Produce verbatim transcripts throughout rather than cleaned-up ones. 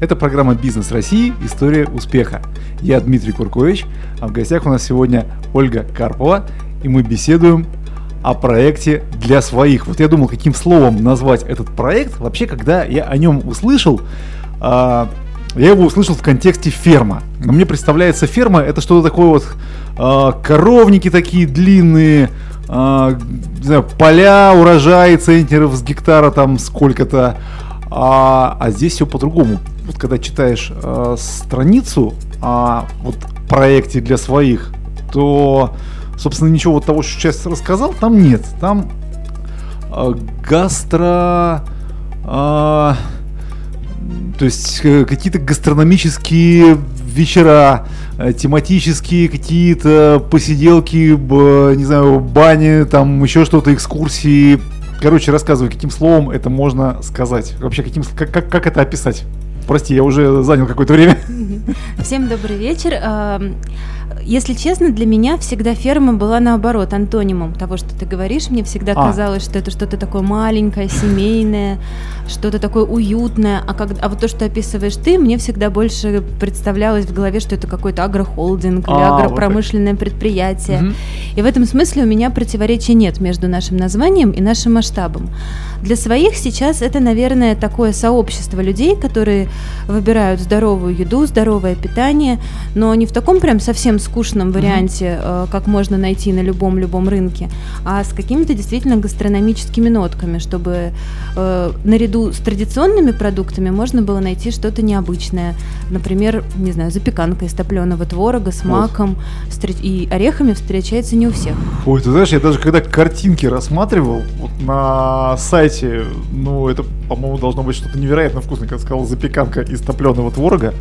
Это программа «Бизнес России. История успеха». Я Дмитрий Куркович, а в гостях у нас сегодня Ольга Карпова, и мы беседуем о проекте для своих. Вот я думал, каким словом назвать этот проект. Вообще, когда я о нем услышал, я его услышал в контексте ферма. Но мне представляется, ферма — это что-то такое вот, коровники такие длинные, не знаю, поля, урожаи, центнеров с гектара там сколько-то. А, а здесь все по-другому. Вот когда читаешь э, страницу о вот, проекте для своих, то, собственно, ничего вот того, что сейчас рассказал, там нет. Там э, гастро... Э, то есть э, какие-то гастрономические вечера, э, тематические какие-то посиделки, б, не знаю, бани, там еще что-то, экскурсии. Короче, рассказывай, каким словом это можно сказать. Вообще, каким, как, как, как это описать? Прости, я уже занял какое-то время. Всем добрый вечер. Если честно, для меня всегда ферма была наоборот, антонимом того, что ты говоришь. Мне всегда а. казалось, что это что-то такое маленькое, семейное, что-то такое уютное. А, как, а вот то, что описываешь ты, мне всегда больше представлялось в голове, что это какой-то агрохолдинг или а, агропромышленное вот предприятие. Угу. И в этом смысле у меня противоречия нет между нашим названием и нашим масштабом. Для своих сейчас это, наверное, такое сообщество людей, которые выбирают здоровую еду, здоровое питание, но не в таком прям совсем скучном варианте, mm-hmm. как можно найти на любом-любом рынке, а с какими-то действительно гастрономическими нотками, чтобы э, наряду с традиционными продуктами можно было найти что-то необычное. Например, не знаю, запеканка из топленого творога с маком вот. И орехами встречается не у всех. Ой, ты знаешь, я даже когда картинки рассматривал вот на сайте, ну, это, по-моему, должно быть что-то невероятно вкусное, как сказал, запеканка из топленого творога.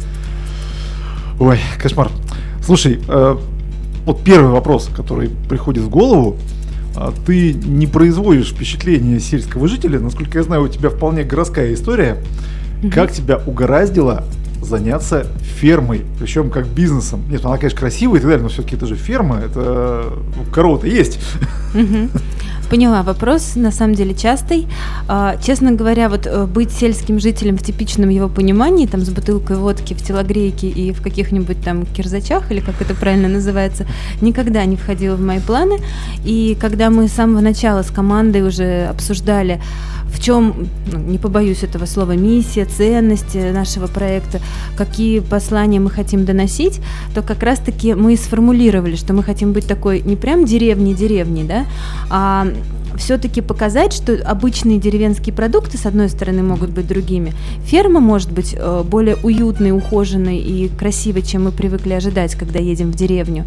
Ой, кошмар. Слушай, э, вот первый вопрос, который приходит в голову. Э, ты не производишь впечатление сельского жителя. Насколько я знаю, у тебя вполне городская история. Mm-hmm. Как тебя угораздило заняться фермой, причем как бизнесом? Нет, она, конечно, красивая и так далее, но все-таки это же ферма, это ну, корова-то есть. Mm-hmm. Поняла, вопрос на самом деле частый. А, честно говоря, вот быть сельским жителем в типичном его понимании, там с бутылкой водки в телогрейке и в каких-нибудь там кирзачах, или как это правильно называется, никогда не входило в мои планы. И когда мы с самого начала с командой уже обсуждали, в чем, ну, не побоюсь этого слова, миссия, ценности нашего проекта, какие послания мы хотим доносить, то как раз-таки мы и сформулировали, что мы хотим быть такой не прям деревней-деревней, да, а все-таки показать, что обычные деревенские продукты, с одной стороны, могут быть другими. Ферма может быть более уютной, ухоженной и красивой, чем мы привыкли ожидать, когда едем в деревню.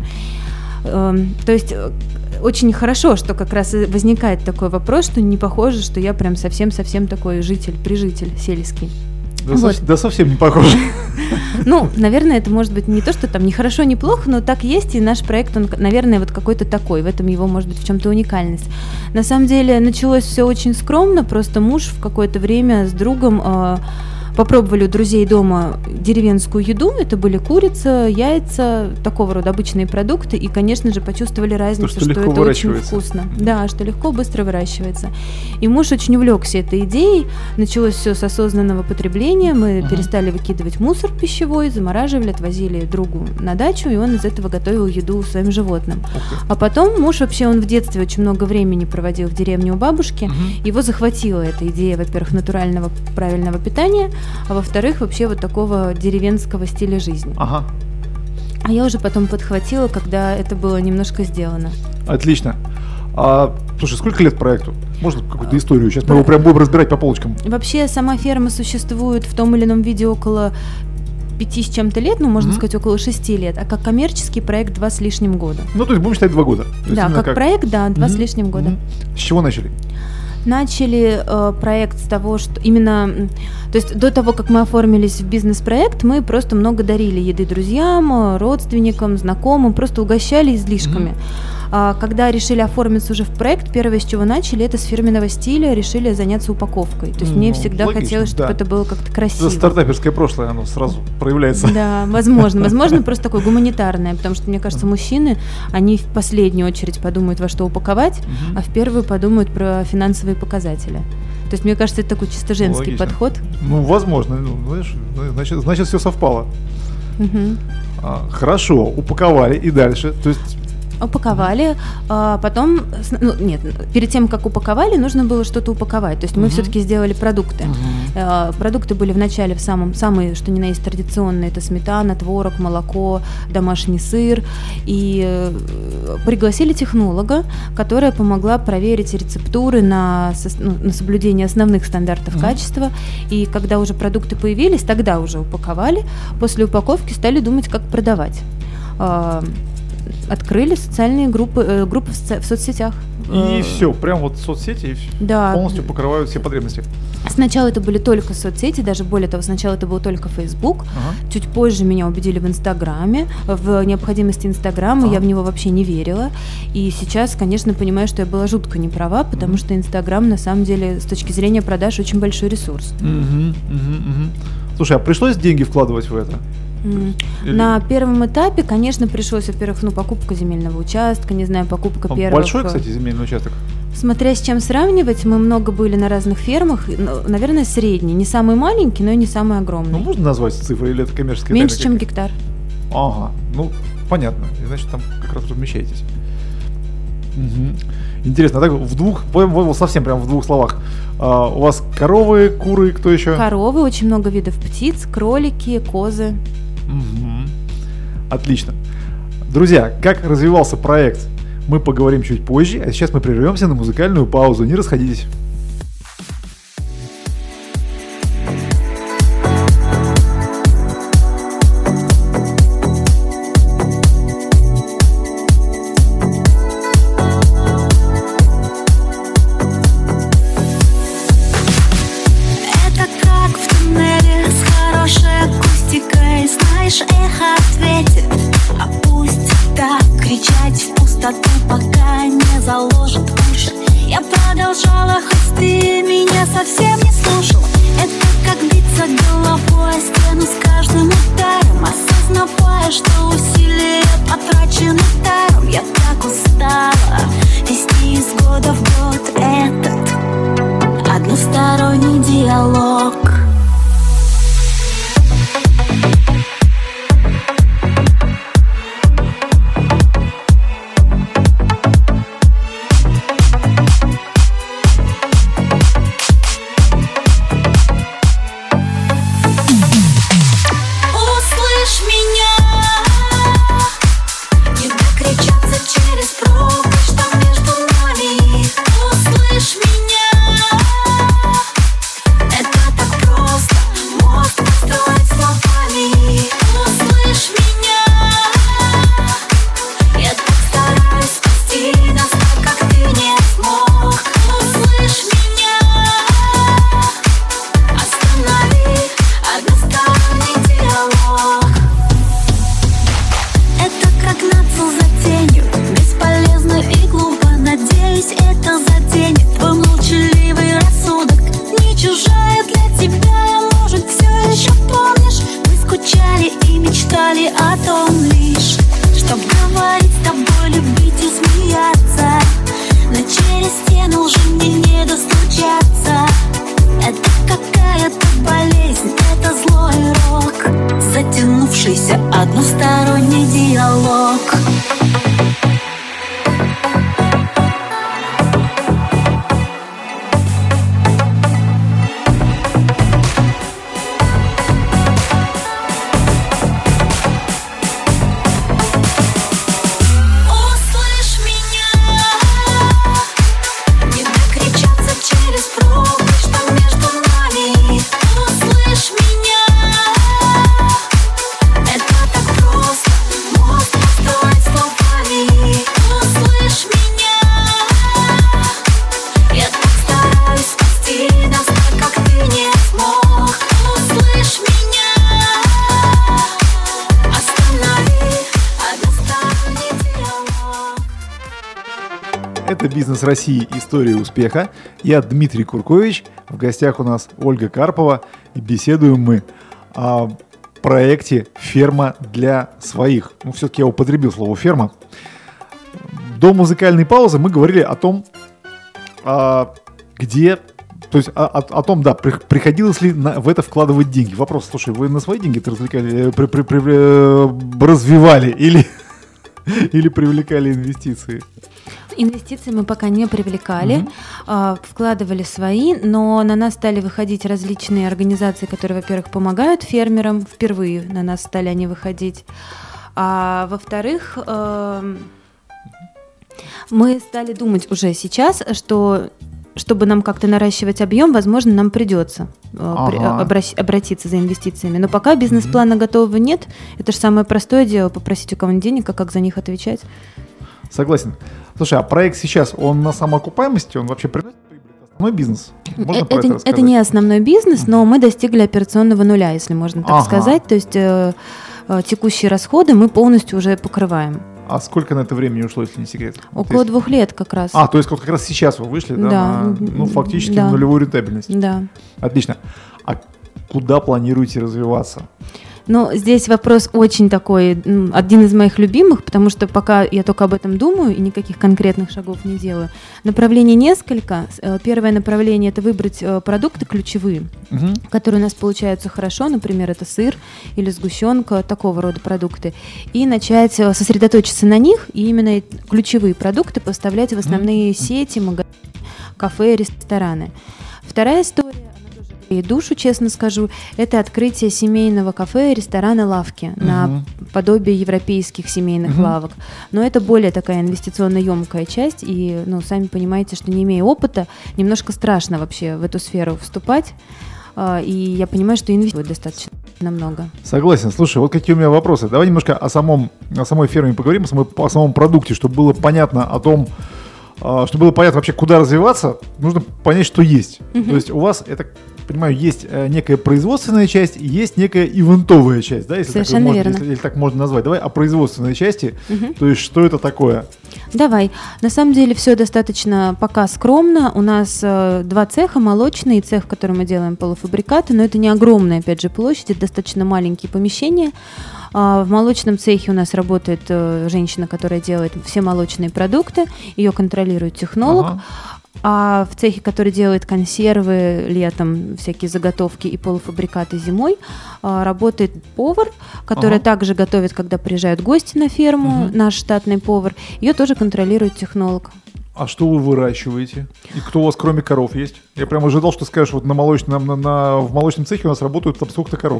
То есть очень хорошо, что как раз возникает такой вопрос, что не похоже, что я прям совсем-совсем такой житель, прижитель сельский. Да, вот. со- да совсем не похоже. Ну, наверное, это может быть не то, что там ни хорошо, ни плохо, но так есть, и наш проект, он, наверное, вот какой-то такой, в этом его может быть в чем-то уникальность. На самом деле началось все очень скромно, просто муж в какое-то время с другом э, попробовали у друзей дома деревенскую еду, это были курица, яйца, такого рода обычные продукты, и, конечно же, почувствовали разницу, то, что, что это очень вкусно. Да, что легко, быстро выращивается. И муж очень увлекся этой идеей, началось все с осознанного потребления, мы uh-huh. перестали выкидывать мусор пищевой, замораживали, отвозили другу на дачу, и он из этого готовил еду своим животным. Okay. А потом муж вообще, он в детстве очень много времени проводил в деревне у бабушки, uh-huh. его захватила эта идея, во-первых, натурального правильного питания, а во-вторых, вообще вот такого деревенского стиля жизни. Ага. А я уже потом подхватила, когда это было немножко сделано. Отлично. А, слушай, сколько лет проекту? Можно какую-то историю? Сейчас мы его прям будем разбирать по полочкам. Вообще, сама ферма существует в том или ином виде около пяти с чем-то лет, ну, можно mm-hmm. сказать, около шести лет, а как коммерческий проект два с лишним года. Ну, то есть будем считать два года. Да, как, как проект, да, два mm-hmm. с лишним года. Mm-hmm. С чего начали? Начали э, проект с того, что именно, то есть до того, как мы оформились в бизнес-проект, мы просто много дарили еды друзьям, родственникам, знакомым, просто угощали излишками. Mm-hmm. А когда решили оформиться уже в проект, первое, с чего начали, это с фирменного стиля, решили заняться упаковкой. То есть ну, мне всегда логично, хотелось, чтобы да. это было как-то красиво. За стартаперское прошлое оно сразу проявляется. Да, возможно. Возможно, просто такое гуманитарное, потому что, мне кажется, мужчины, они в последнюю очередь подумают, во что упаковать, uh-huh. а в первую подумают про финансовые показатели. То есть, мне кажется, это такой чисто женский Логично. подход. Ну, возможно. Ну, знаешь, значит, значит, все совпало. Угу. А, хорошо, упаковали и дальше. То есть... Упаковали, а потом, ну, нет, перед тем, как упаковали, нужно было что-то упаковать. То есть мы uh-huh. все-таки сделали продукты. Uh-huh. Продукты были вначале в самом, самые, что ни на есть, традиционные. Это сметана, творог, молоко, домашний сыр. И пригласили технолога, которая помогла проверить рецептуры на, ну, на соблюдение основных стандартов uh-huh. качества. И когда уже продукты появились, тогда уже упаковали. После упаковки стали думать, как продавать. Открыли социальные группы, э, группы в, соци- в соцсетях. И э- все, прям вот соцсети и да. полностью покрывают все потребности. Сначала это были только соцсети, даже более того, сначала это был только Facebook. Ага. Чуть позже меня убедили в Инстаграме, в необходимости Инстаграма, ага. я в него вообще не верила. И сейчас, конечно, понимаю, что я была жутко не права, потому mm-hmm. что Инстаграм, на самом деле, с точки зрения продаж, очень большой ресурс. Mm-hmm. Mm-hmm. Слушай, а пришлось деньги вкладывать в это? Или... На первом этапе, конечно, пришлось, во-первых, ну, покупка земельного участка, не знаю, покупка а первых... Большой, кстати, земельный участок? Смотря с чем сравнивать, мы много были на разных фермах, наверное, средний, не самый маленький, но и не самый огромный. Ну, можно назвать цифры или это коммерческая Меньше, тайна? чем гектар. Ага, ну, понятно, значит, там как раз размещаетесь. Угу. Интересно, а так в двух, совсем прям в двух словах. А, у вас коровы, куры, кто еще? Коровы, очень много видов птиц, кролики, козы. Угу. Отлично. Друзья, как развивался проект, мы поговорим чуть позже, а сейчас мы прервемся на музыкальную паузу. Не расходитесь. Односторонний диалог. Это «Бизнес России. История успеха». Я Дмитрий Куркович. В гостях у нас Ольга Карпова. И беседуем мы о проекте «Ферма для своих». Ну, все-таки я употребил слово «ферма». До музыкальной паузы мы говорили о том, где, То есть о, о, о том, да, при, приходилось ли на, в это вкладывать деньги. Вопрос, слушай, вы на свои деньги развлекали, при, при, при, при, развивали или, или привлекали инвестиции? Инвестиции мы пока не привлекали, Мгм. а, вкладывали свои, но на нас стали выходить различные организации, которые, во-первых, помогают фермерам, впервые на нас стали они выходить, а во-вторых, эм, мы стали думать уже сейчас, что чтобы нам как-то наращивать объем, возможно, нам придется э, при- Ага. обращ- обратиться за инвестициями. Но пока бизнес-плана готового нет, это же самое простое дело, попросить у кого-нибудь денег, а как за них отвечать. Согласен. Слушай, а проект сейчас, он на самоокупаемости, он вообще приносит прибыль? Это основной бизнес? Можно Э, про это это, рассказать? это не основной бизнес, но мы достигли операционного нуля, если можно так Ага. сказать. То есть э, э, текущие расходы мы полностью уже покрываем. А сколько на это времени ушло, если не секрет? Вот Около если- двух лет как раз. А, то есть вот как раз сейчас вы вышли, да, Да. на, ну, фактически Да. в нулевую рентабельность. Да. Отлично. А куда планируете развиваться? Но здесь вопрос очень такой, м, один из моих любимых, потому что пока я только об этом думаю и никаких конкретных шагов не делаю. Направлений несколько. С- э, Первое направление – это выбрать э, продукты ключевые, Мгм. которые у нас получаются хорошо, например, это сыр или сгущенка, такого рода продукты, и начать э, сосредоточиться на них, и именно эти ключевые продукты поставлять в основные сети, магазины, кафе, рестораны. Вторая история, она тоже греет душу, честно скажу, это открытие семейного кафе, ресторана, лавки на Мгм. подобие европейских семейных Мгм. лавок. Но это более такая инвестиционно емкая часть, и, ну, сами понимаете, что не имея опыта, немножко страшно вообще в эту сферу вступать. А, И я понимаю, что инвестируют достаточно много. Согласен. Слушай, вот какие у меня вопросы. Давай немножко о, самом, о самой ферме поговорим, о, самой- о самом продукте, чтобы было понятно о том, а, чтобы было понятно вообще, куда развиваться, нужно понять, что есть. Мгм. То есть у вас, я так понимаю, есть э, некая производственная часть и есть некая ивентовая часть, да, если, так, Совершенно можно, верно. если- если так можно назвать. Давай о производственной части, Мгм. то есть что это такое? Давай. На самом деле все достаточно пока скромно. У нас э, два цеха, молочный и цех, в котором мы делаем полуфабрикаты, но это не огромная, опять же, площадь, это достаточно маленькие помещения. А, В молочном цехе у нас работает э, женщина, которая делает все молочные продукты, ее контролирует технолог. Ага. А в цехе, который делает консервы летом, всякие заготовки и полуфабрикаты зимой, а, работает повар, который Ага. также готовит, когда приезжают гости на ферму, Мгм. наш штатный повар. Ее тоже контролирует технолог. А что вы выращиваете? И кто у вас кроме коров есть? Я прям ожидал, что скажешь, вот на молочном, на, на- в молочном цехе у нас работают там сколько-то коров.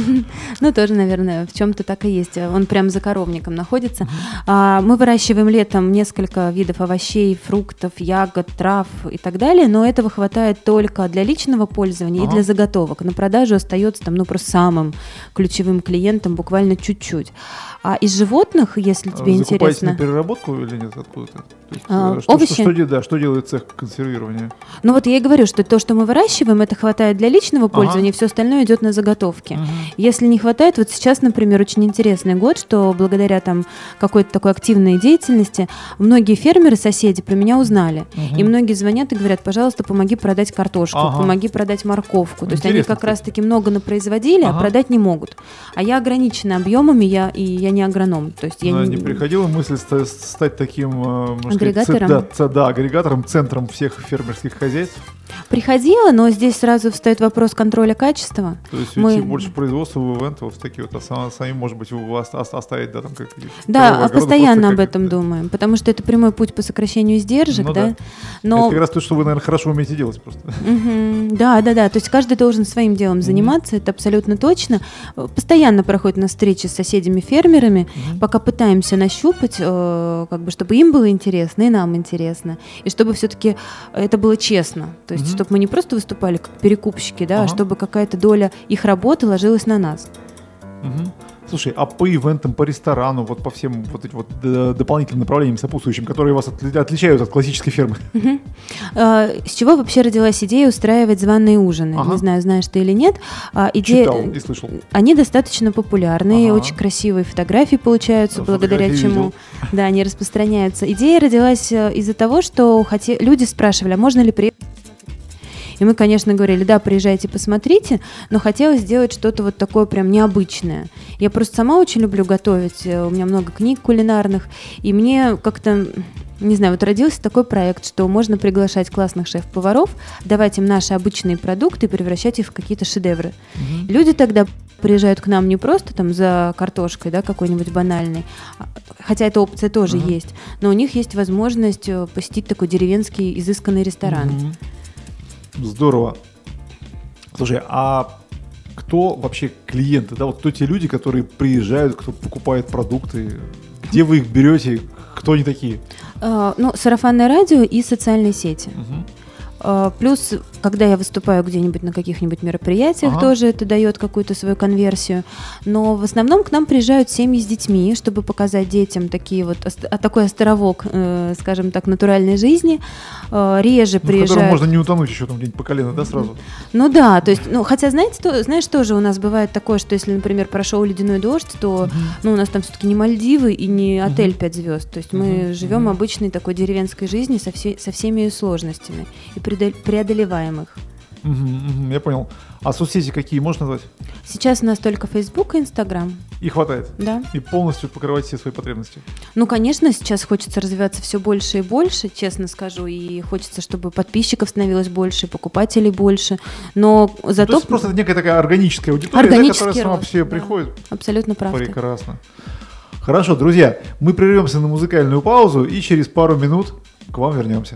Ну, тоже, наверное, в чем-то так и есть. Он прям за коровником находится. А, Мы выращиваем летом несколько видов овощей, фруктов, ягод, трав и так далее, но этого хватает только для личного пользования и Ага. для заготовок. На продажу остается там, ну, просто самым ключевым клиентом буквально чуть-чуть. А из животных, если тебе Закупаете интересно... на переработку или нет откуда-то? То есть, А, э, что, овощи? Что, что де- да, что делает цех консервирования? Ну вот я и говорю, что то, что мы выращиваем, это хватает для личного Ага. пользования, все остальное идет на заготовки. Мгм. Если не хватает, вот сейчас, например, очень интересный год, что благодаря там какой-то такой активной деятельности многие фермеры, соседи про меня узнали. Мгм. И многие звонят и говорят, пожалуйста, помоги продать картошку, Ага. помоги продать морковку. То есть они Интересно, как раз-таки много напроизводили, Ага. а продать не могут. А я ограничена объемами, я, и я не агроном. То есть я Но не... не приходила мысль ста- стать таким, э, можно сказать, Агрегатором? ц- да, ц- да, агрегатором, центром всех фермерских хозяйств? Приходила, но здесь сразу встает вопрос контроля качества. То есть Мы- уйти больше в производство, в ивенты, вот в такие вот, а сами, сами, может быть, вы оста- оста- оставить, да, там как... Да, коровы, а огороды, постоянно просто об как- этом да. думаем, потому что это прямой путь по сокращению издержек, Ну да. да. Но Это как раз то, что вы, наверное, хорошо умеете делать просто. Мгм. Да, да, да. То есть каждый должен своим делом заниматься, это абсолютно точно. Э, Постоянно проходят на встречи с соседями-фермерами, Мгм. пока пытаемся нащупать, э, как бы, чтобы им было интересно и нам интересно, и чтобы все-таки это было честно. То есть, Мгм. чтобы мы не просто выступали как перекупщики, да, а Ага. чтобы какая-то доля их работы ложилась на нас. Мгм. Слушай, а по ивентам, по ресторану, вот по всем вот этим вот д- дополнительным направлениям сопутствующим, которые вас отли- отличают от классической фермы? Мгм. Э, С чего вообще родилась идея устраивать званые ужины? Ага. Не знаю, знаешь ты или нет. А, Идея... Читал и слышал. Они достаточно популярные, Ага. очень красивые фотографии получаются, Да, благодаря фотографии чему видел. да, они распространяются. Идея родилась э, из-за того, что хоте... люди спрашивали, а можно ли приехать? И мы, конечно, говорили, да, приезжайте, посмотрите, но хотелось сделать что-то вот такое прям необычное. Я просто сама очень люблю готовить, э, у меня много книг кулинарных, и мне как-то не знаю, вот родился такой проект, что можно приглашать классных шеф-поваров, давать им наши обычные продукты и превращать их в какие-то шедевры. Mm-hmm. Люди тогда приезжают к нам не просто там за картошкой, да, какой-нибудь банальной, хотя эта опция тоже mm-hmm. есть, но у них есть возможность посетить такой деревенский изысканный ресторан. Mm-hmm. Здорово. Слушай, а кто вообще клиенты, да, вот кто те люди, которые приезжают, кто покупает продукты, где вы их берете, кто они такие? Uh, ну, сарафанное радио и социальные сети. Uh-huh. Uh, плюс, когда я выступаю где-нибудь на каких-нибудь мероприятиях, ага. тоже это дает какую-то свою конверсию. Но в основном к нам приезжают семьи с детьми, чтобы показать детям такие вот, а такой островок, э, скажем так, натуральной жизни. Э, реже ну, приезжают. В котором можно не утонуть еще там где-нибудь по колено, да, сразу? Ну да, то есть, ну, хотя, знаете, то, знаешь, тоже у нас бывает такое, что если, например, прошел ледяной дождь, то, uh-huh. ну, у нас там все-таки не Мальдивы и не отель uh-huh. пять звезд. То есть uh-huh. мы живем uh-huh. обычной такой деревенской жизнью со, все, со всеми ее сложностями и преодолеваемых. Угу, угу, я понял. А соцсети какие можно назвать? Сейчас у нас только Facebook и Instagram. И хватает? Да. И полностью покрывать все свои потребности? Ну, конечно, сейчас хочется развиваться все больше и больше, честно скажу, и хочется, чтобы подписчиков становилось больше, покупателей больше, но зато... То есть просто это некая такая органическая аудитория, да, которая сама по себе да. приходит? Абсолютно прав. Прекрасно. Хорошо, друзья, мы прервемся на музыкальную паузу и через пару минут к вам вернемся.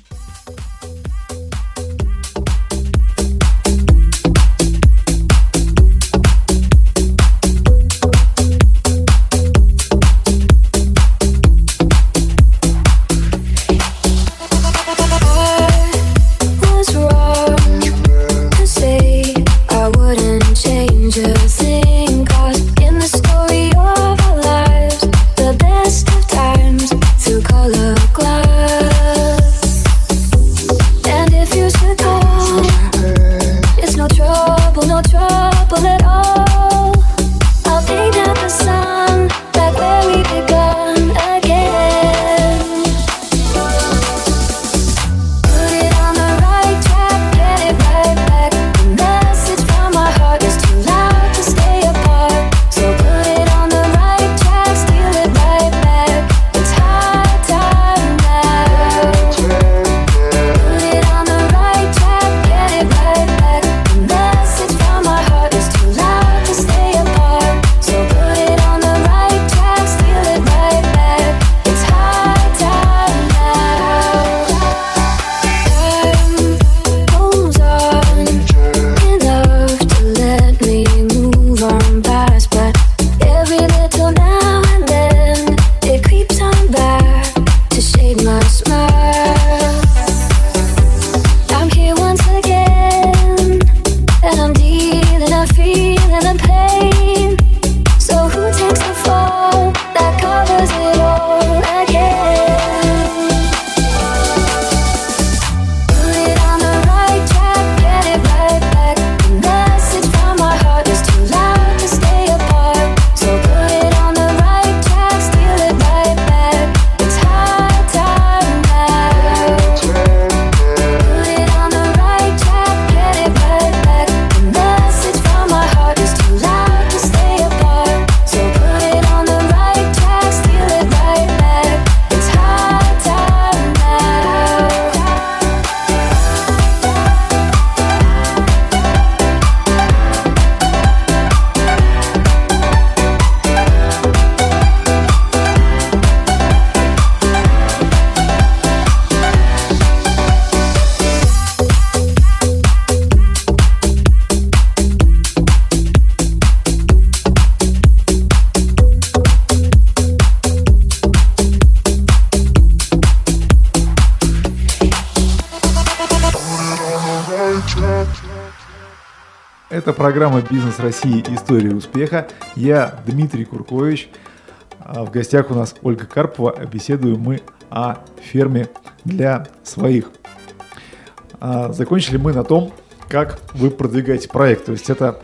Это программа «Бизнес России. История успеха». Я Дмитрий Куркович. В гостях у нас Ольга Карпова. Беседуем мы о ферме для своих. Закончили мы на том, как вы продвигаете проект. То есть это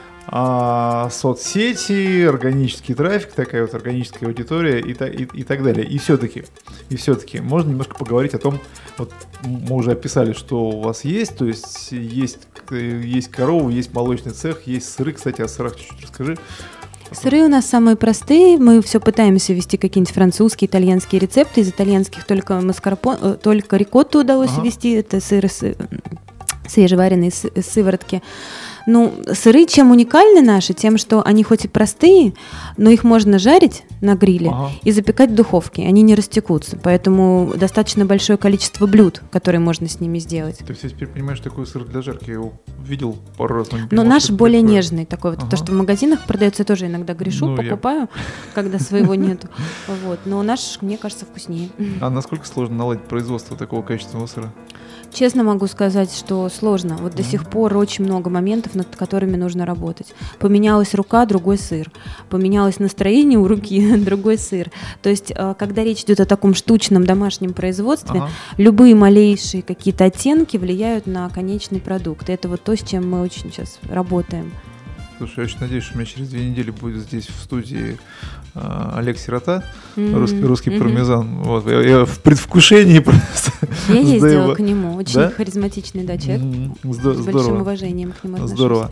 а, соцсети, органический трафик, такая вот органическая аудитория и, и, и так далее. И все-таки, и все-таки можно немножко поговорить о том, вот мы уже описали, что у вас есть, то есть есть, есть коровы, есть молочный цех, есть сыры. Кстати, о сырах чуть-чуть расскажи. Сыры у нас самые простые. Мы все пытаемся ввести какие-нибудь французские, итальянские рецепты. Из итальянских только маскарпоне, только рикотту удалось ага. ввести. Это сыры свежеваренные сыворотки. Ну, сыры чем уникальны наши? Тем, что они хоть и простые, но их можно жарить на гриле ага. и запекать в духовке. Они не растекутся. Поэтому достаточно большое количество блюд, которые можно с ними сделать. Ты все теперь понимаешь, такой сыр для жарки? Я его видел пару раз. Но, но наш более такое. Нежный такой. Вот ага. То, что в магазинах продается, я тоже иногда грешу, ну, покупаю, я... когда своего нету. Вот. Но наш, мне кажется, вкуснее. А насколько сложно наладить производство такого качественного сыра? Честно могу сказать, что сложно. Вот mm-hmm. до сих пор очень много моментов, над которыми нужно работать. Поменялась рука, другой сыр. Поменялось настроение у руки, другой сыр. То есть, когда речь идет о таком штучном домашнем производстве, ага. любые малейшие какие-то оттенки влияют на конечный продукт. И это вот то, с чем мы очень сейчас работаем. Слушай, я очень надеюсь, что у меня через две недели будет здесь в студии э, Олег Сирота, mm-hmm. русский, русский mm-hmm. пармезан. Вот. Я, я в предвкушении просто. Я ездила к нему. Очень да? харизматичный да, человек. Mm-hmm. Здор- с большим здорово. Уважением к нему отношусь. Здорово.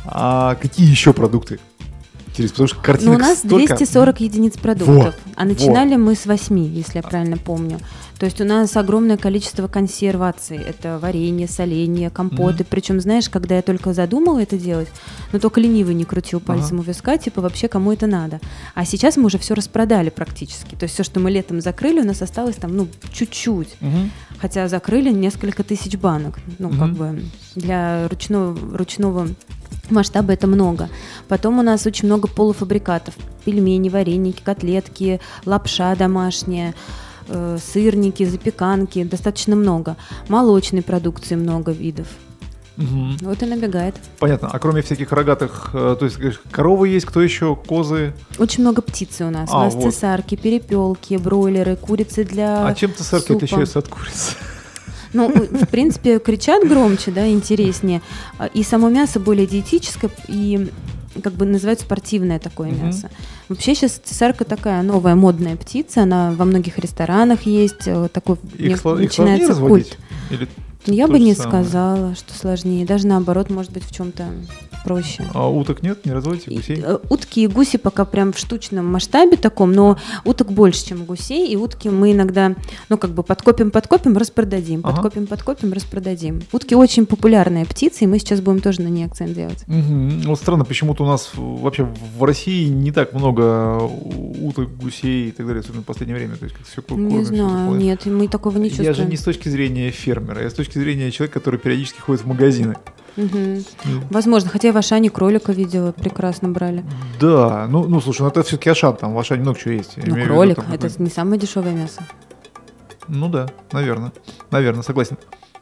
А какие еще продукты? Потому что картинок ну, у нас столько... двести сорок единиц продуктов, вот, а начинали вот. мы с восьми, если я правильно помню. То есть у нас огромное количество консерваций. Это варенье, соленье, компоты. Mm-hmm. Причем, знаешь, когда я только задумала это делать, ну только ленивый не крутил пальцем uh-huh. у виска, типа вообще кому это надо. А сейчас мы уже все распродали практически. То есть все, что мы летом закрыли, у нас осталось там, ну, чуть-чуть. Uh-huh. Хотя закрыли несколько тысяч банок. Ну, uh-huh. как бы для ручного, ручного масштаба это много. Потом у нас очень много полуфабрикатов. Пельмени, вареники, котлетки, лапша домашняя, э, сырники, запеканки. Достаточно много. Молочной продукции много видов. Угу. Вот и набегает. Понятно. А кроме всяких рогатых, то есть коровы есть, кто еще? Козы? Очень много птицы у нас. А, у нас вот. Цесарки, перепелки, бройлеры, курицы для А чем цесарки супа. Отличаются от курицы? Ну, в принципе, кричат громче, да, интереснее. И само мясо более диетическое и как бы называют спортивное такое uh-huh. мясо. Вообще сейчас цесарка такая новая модная птица, она во многих ресторанах есть, такой их сло- начинается их культ. Или Я бы не самое? сказала, что сложнее. Даже наоборот, может быть, в чем-то проще. А уток нет? Не разводите гусей? И, утки и гуси пока прям в штучном масштабе таком, но уток больше, чем гусей. И утки мы иногда, ну, как бы подкопим-подкопим, распродадим. Ага. Подкопим-подкопим, распродадим. Утки очень популярная птица, и мы сейчас будем тоже на ней акцент делать. Угу. Вот странно, почему-то у нас вообще в России не так много уток, гусей и так далее, особенно в последнее время. То есть, как все кормят, не знаю, все нет, мы такого не чувствуем. Я же не с точки зрения фермера, я с точки зрения человека, который периодически ходит в магазины. Угу. Mm. Возможно, хотя я в Ашане кролика видела, прекрасно брали. Да, ну, ну слушай, ну это все-таки Ашан, там в Ашане много чего есть. Ну, кролик, виду, там, это ну... не самое дешевое мясо. Ну да, наверное, наверное, согласен.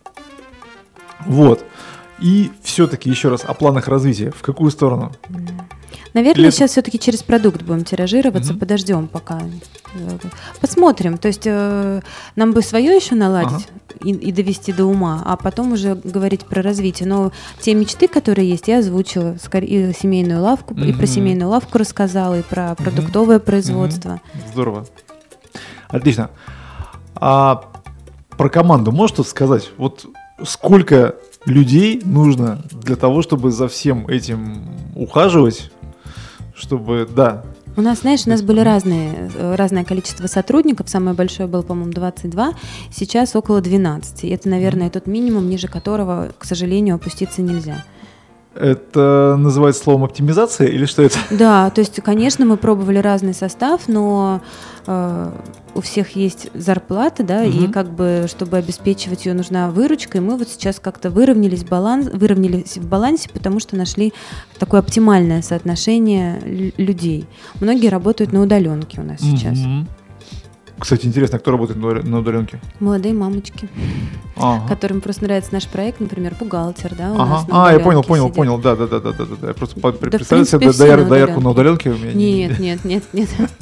Вот, и все-таки еще раз о планах развития, в какую сторону? Наверное, Или... сейчас все-таки через продукт будем тиражироваться, mm-hmm. подождем пока. Посмотрим. То есть э, нам бы свое еще наладить ага. и, и довести до ума, а потом уже говорить про развитие. Но те мечты, которые есть, я озвучила. И семейную лавку, mm-hmm. и про семейную лавку рассказала, и про продуктовое mm-hmm. производство. Mm-hmm. Здорово. Отлично. А про команду можешь что-то сказать? Вот сколько людей нужно для того, чтобы за всем этим ухаживать? Чтобы, да. У нас, знаешь, у нас были разные, разное количество сотрудников. Самое большое было, по-моему, двадцать два. Сейчас около двенадцати. Это, наверное, тот минимум, ниже которого, к сожалению, опуститься нельзя. Это называется словом оптимизация или что это? Да, то есть, конечно, мы пробовали разный состав, но э, у всех есть зарплата, да, угу. и как бы, чтобы обеспечивать ее, нужна выручка, и мы вот сейчас как-то выровнялись, баланс, выровнялись в балансе, потому что нашли такое оптимальное соотношение л- людей. Многие работают на удаленке у нас угу. сейчас. Кстати, интересно, кто работает на удаленке? Молодые мамочки, ага. которым просто нравится наш проект, например, бухгалтер, да, у ага. нас на А, я понял, понял, сидит. понял, да, да, да, да, да, да. Я просто да, представляю себе доярку на удаленке у меня. Нет, нет, нет, нет.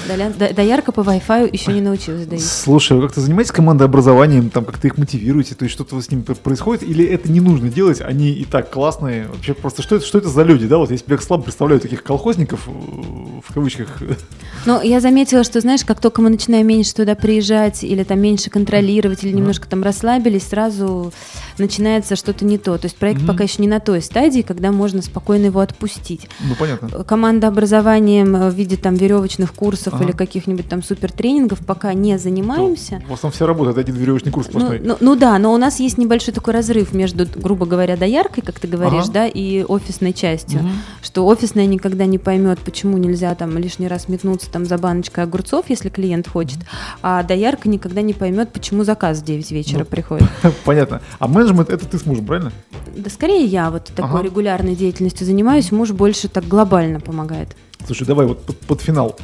Доярка по Wi-Fi еще не научилась доить. Слушай, вы как-то занимаетесь командообразованием, там как-то их мотивируете, то есть что-то с ними происходит, или это не нужно делать, они и так классные? Вообще просто что это, что это за люди, да? Вот я себе слабо представляю таких колхозников, в кавычках. Ну, я заметила, что, знаешь, как только мы начинаем меньше туда приезжать, или там меньше контролировать, или немножко там расслабились, сразу начинается что-то не то. То есть проект mm-hmm. пока еще не на той стадии, когда можно спокойно его отпустить. Ну, понятно. Командообразованием в виде там веревочных курсов ага. или каких-нибудь там супертренингов пока не занимаемся. Ну, у вас там вся работа, это один веревочный курс сплошной. Ну, ну, ну да, но у нас есть небольшой такой разрыв между, грубо говоря, дояркой, как ты говоришь, ага. да, и офисной частью. Угу. Что офисная никогда не поймет, почему нельзя там лишний раз метнуться там за баночкой огурцов, если клиент хочет, а доярка никогда не поймет, почему заказ в девять вечера ну, приходит. Понятно. А менеджмент это ты с мужем, правильно? Да скорее я вот такой ага. регулярной деятельностью занимаюсь, муж больше так глобально помогает. Слушай, давай вот под, под финал.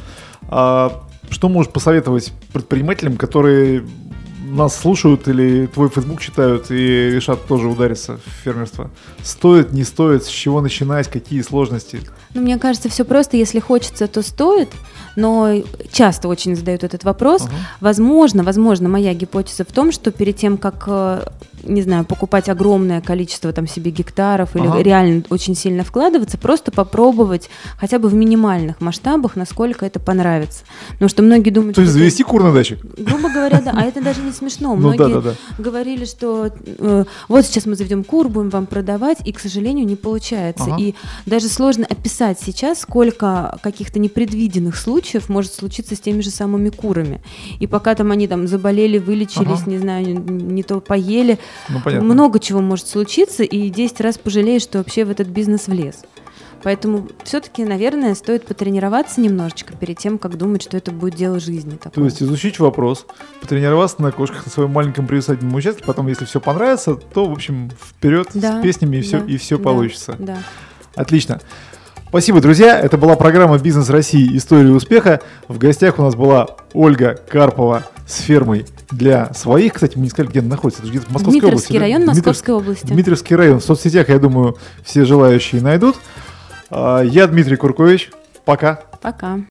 А, что можешь посоветовать предпринимателям, которые нас слушают или твой Facebook читают и решат тоже удариться в фермерство? Стоит, не стоит, с чего начинать, какие сложности? Ну, мне кажется, все просто. Если хочется, то стоит. Но часто очень задают этот вопрос. Ага. Возможно, возможно, моя гипотеза в том, что перед тем, как, не знаю, покупать огромное количество там себе гектаров или ага. реально очень сильно вкладываться, просто попробовать хотя бы в минимальных масштабах, насколько это понравится. Потому что многие думают... То есть завести кур на даче? Грубо говоря, да. А это даже не смешно. Ну, многие да, да, да. говорили, что э, вот сейчас мы заведем кур, будем вам продавать, и, к сожалению, не получается. Ага. И даже сложно описать сейчас, сколько каких-то непредвиденных случаев может случиться с теми же самыми курами. И пока там они там заболели, вылечились, ага. не знаю, не то поели, ну, много чего может случиться, и десять раз пожалеешь, что вообще в этот бизнес влез. Поэтому все-таки, наверное, стоит потренироваться немножечко перед тем, как думать, что это будет дело жизни. Такое. То есть изучить вопрос, потренироваться на кошках на своем маленьком приусадебном участке, потом, если все понравится, то, в общем, вперед да, с песнями, и все, да, и все да, получится. Да. Отлично. Спасибо, друзья. Это была программа «Бизнес России. История успеха». В гостях у нас была Ольга Карпова с фермой для своих. Кстати, мы не сказали, где она находится. Это где-то в Московской Дмитровский области. район да? Московской области. Дмитровский район. В соцсетях, я думаю, все желающие найдут. Я Дмитрий Куркович. Пока. Пока.